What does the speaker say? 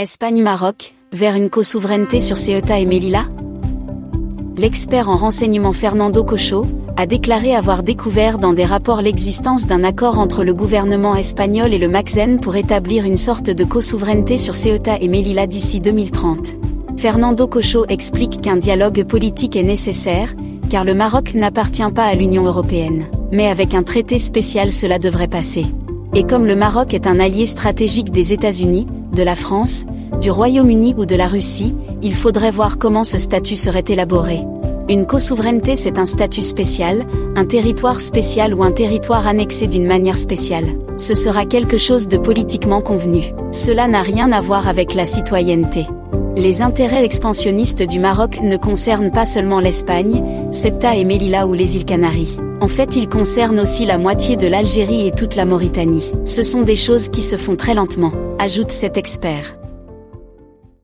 Espagne-Maroc, vers une co-souveraineté sur Ceuta et Melilla? L'expert en renseignement Fernando Cocho a déclaré avoir découvert dans des rapports l'existence d'un accord entre le gouvernement espagnol et le MACSEN pour établir une sorte de co-souveraineté sur Ceuta et Melilla d'ici 2030. Fernando Cocho explique qu'un dialogue politique est nécessaire, car le Maroc n'appartient pas à l'Union européenne. Mais avec un traité spécial cela devrait passer. Et comme le Maroc est un allié stratégique des États-Unis, de la France, du Royaume-Uni ou de la Russie, il faudrait voir comment ce statut serait élaboré. Une co-souveraineté, c'est un statut spécial, un territoire spécial ou un territoire annexé d'une manière spéciale. Ce sera quelque chose de politiquement convenu. Cela n'a rien à voir avec la citoyenneté. Les intérêts expansionnistes du Maroc ne concernent pas seulement l'Espagne, Ceuta et Melilla ou les îles Canaries. En fait, ils concernent aussi la moitié de l'Algérie et toute la Mauritanie. Ce sont des choses qui se font très lentement, ajoute cet expert.